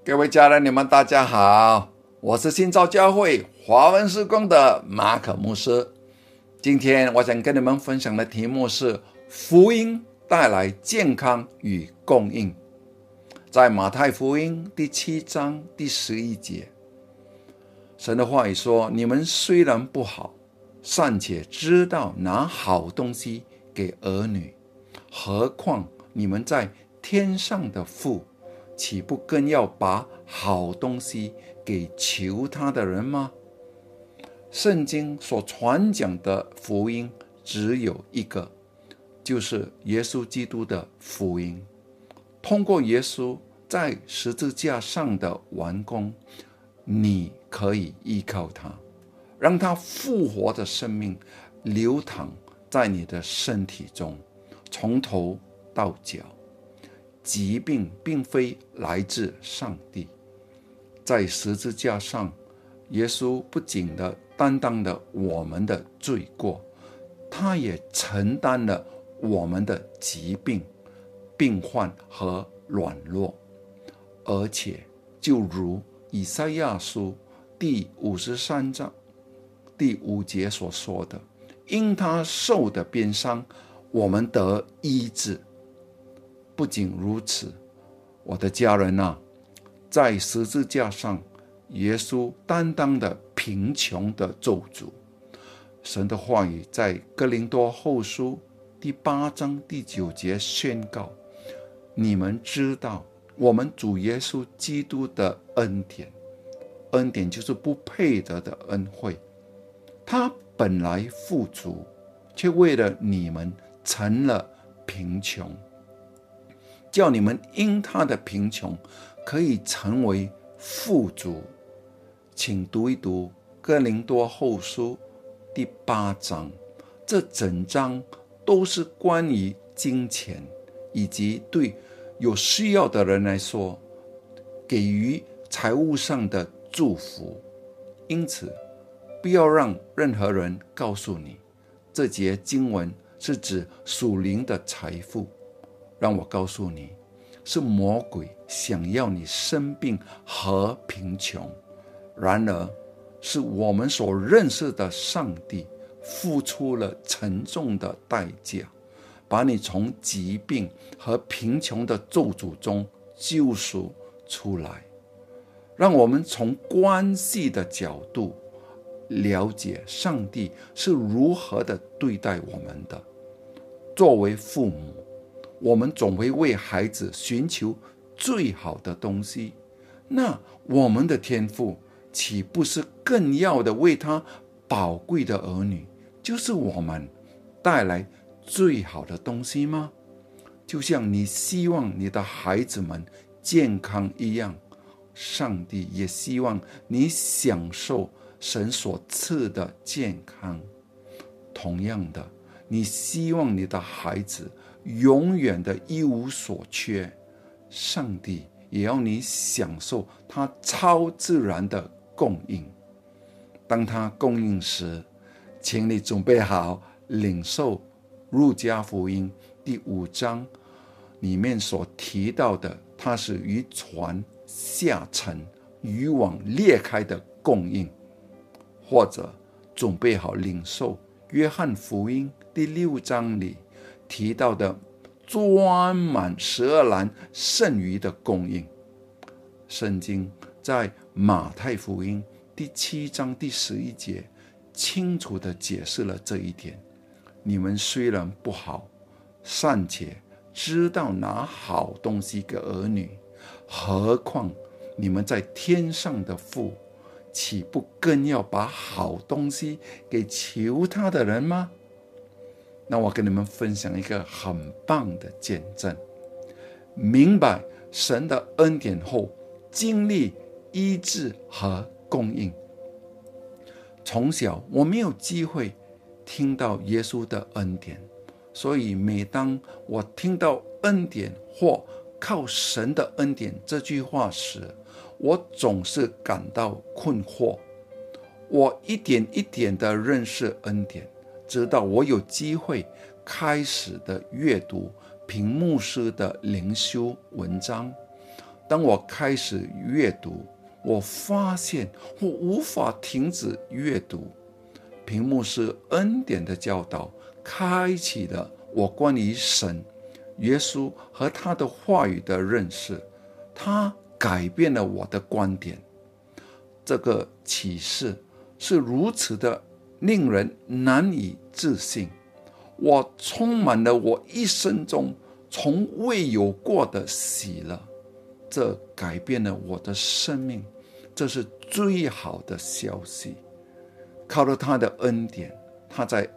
各位家人，你们大家好，我是新造教会华文事工的马可牧师。今天我想跟你们分享的题目是福音带来健康与供应。在马太福音第7章第11节，神的话语说，你们虽然不好，尚且知道拿好东西给儿女，何况你们在天上的父，岂不更要把好东西给求他的人吗？圣经所传讲的福音只有一个，就是耶稣基督的福音。通过耶稣在十字架上的完工，你可以依靠他，让他复活的生命流淌在你的身体中，从头到脚。疾病并非来自上帝，在十字架上，耶稣不仅担当了我们的罪过，他也承担了我们的疾病、病患和软弱。而且就如以赛亚书第53章第5节所说的，因他受的鞭伤，我们得医治。不仅如此，我的家人啊，在十字架上，耶稣担当了贫穷的咒诅。神的话语在哥林多后书第8章第9节宣告，你们知道我们主耶稣基督的恩典，恩典就是不配得的恩惠。他本来富足，却为了你们成了贫穷，叫你们因他的贫穷可以成为富足。请读一读哥林多后书第8章，这整章都是关于金钱，以及对有需要的人来说，给予财务上的祝福。因此，不要让任何人告诉你，这节经文是指属灵的财富。让我告诉你，是魔鬼想要你生病和贫穷。然而，是我们所认识的上帝付出了沉重的代价，把你从疾病和贫穷的咒诅中救赎出来。让我们从关系的角度了解上帝是如何的对待我们的。作为父母，我们总会为孩子寻求最好的东西，那我们的天父岂不是更要的为他宝贵的儿女，就是我们带来最好的东西吗？就像你希望你的孩子们健康一样，上帝也希望你享受神所赐的健康。同样的，你希望你的孩子永远的一无所缺，上帝也要你享受他超自然的供应。当他供应时，请你准备好领受路加福音第5章里面所提到的，他是渔船下沉、渔网裂开的供应，或者准备好领受约翰福音第6章里提到的装满12篮剩余的供应。圣经在马太福音第7章第11节清楚地解释了这一点。你们虽然不好，尚且知道拿好东西给儿女，何况你们在天上的父，岂不更要把好东西给求他的人吗？那我跟你们分享一个很棒的见证。明白神的恩典后，经历医治和供应。从小我没有机会听到耶稣的恩典，所以每当我听到恩典或靠神的恩典这句话时，我总是感到困惑。我一点一点地认识恩典，直到我有机会开始的阅读平牧师的灵修文章， 当我开始阅读，我发现我无法停止阅读。平牧师恩典的教导开启了我关于神、耶稣和他的话语的认识，他改变了我的观点。这个启示是如此的令人难以置信，我充满了我一生中从未有过的喜乐，这改变了我的生命，这是最好的消息。靠着他的恩典，他在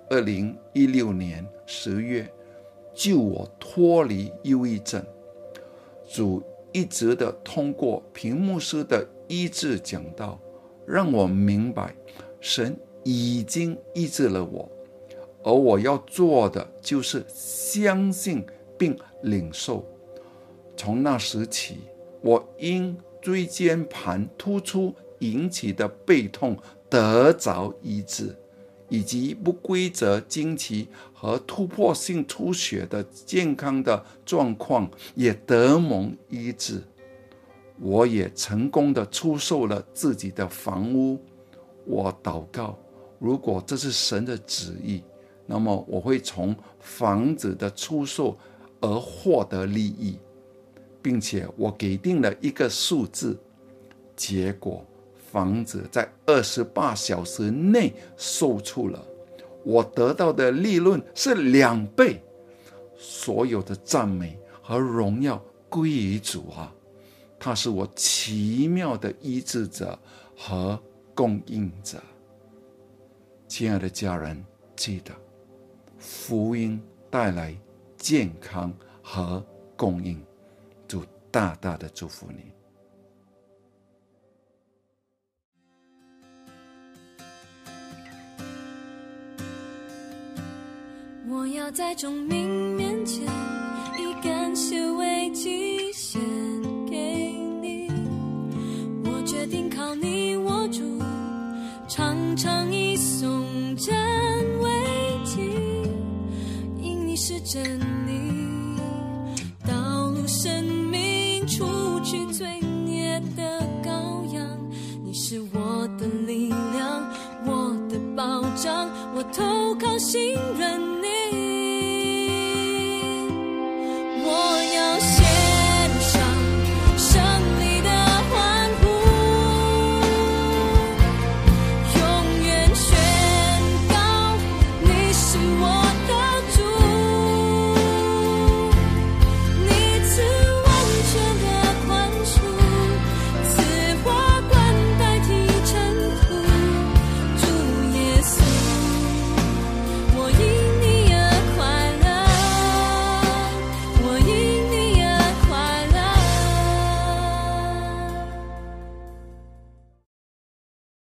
2016年10月救我脱离忧郁症。主一直的通过平牧师的医治讲道，让我明白神已经医治了我，而我要做的就是相信并领受。从那时起，我因椎间盘突出引起的背痛得着医治，以及不规则经期和突破性出血的健康的状况也得蒙医治。我也成功的出售了自己的房屋。我祷告，如果这是神的旨意，那么我会从房子的出售而获得利益，并且我给定了一个数字。结果房子在28小时内售出了，我得到的利润是2倍。所有的赞美和荣耀归于主啊，他是我奇妙的医治者和供应者。亲爱的家人，记得福音带来健康和供应，主大大的祝福你。 我要在众民面前以感谢为祭献给你，我决定靠你，我主常常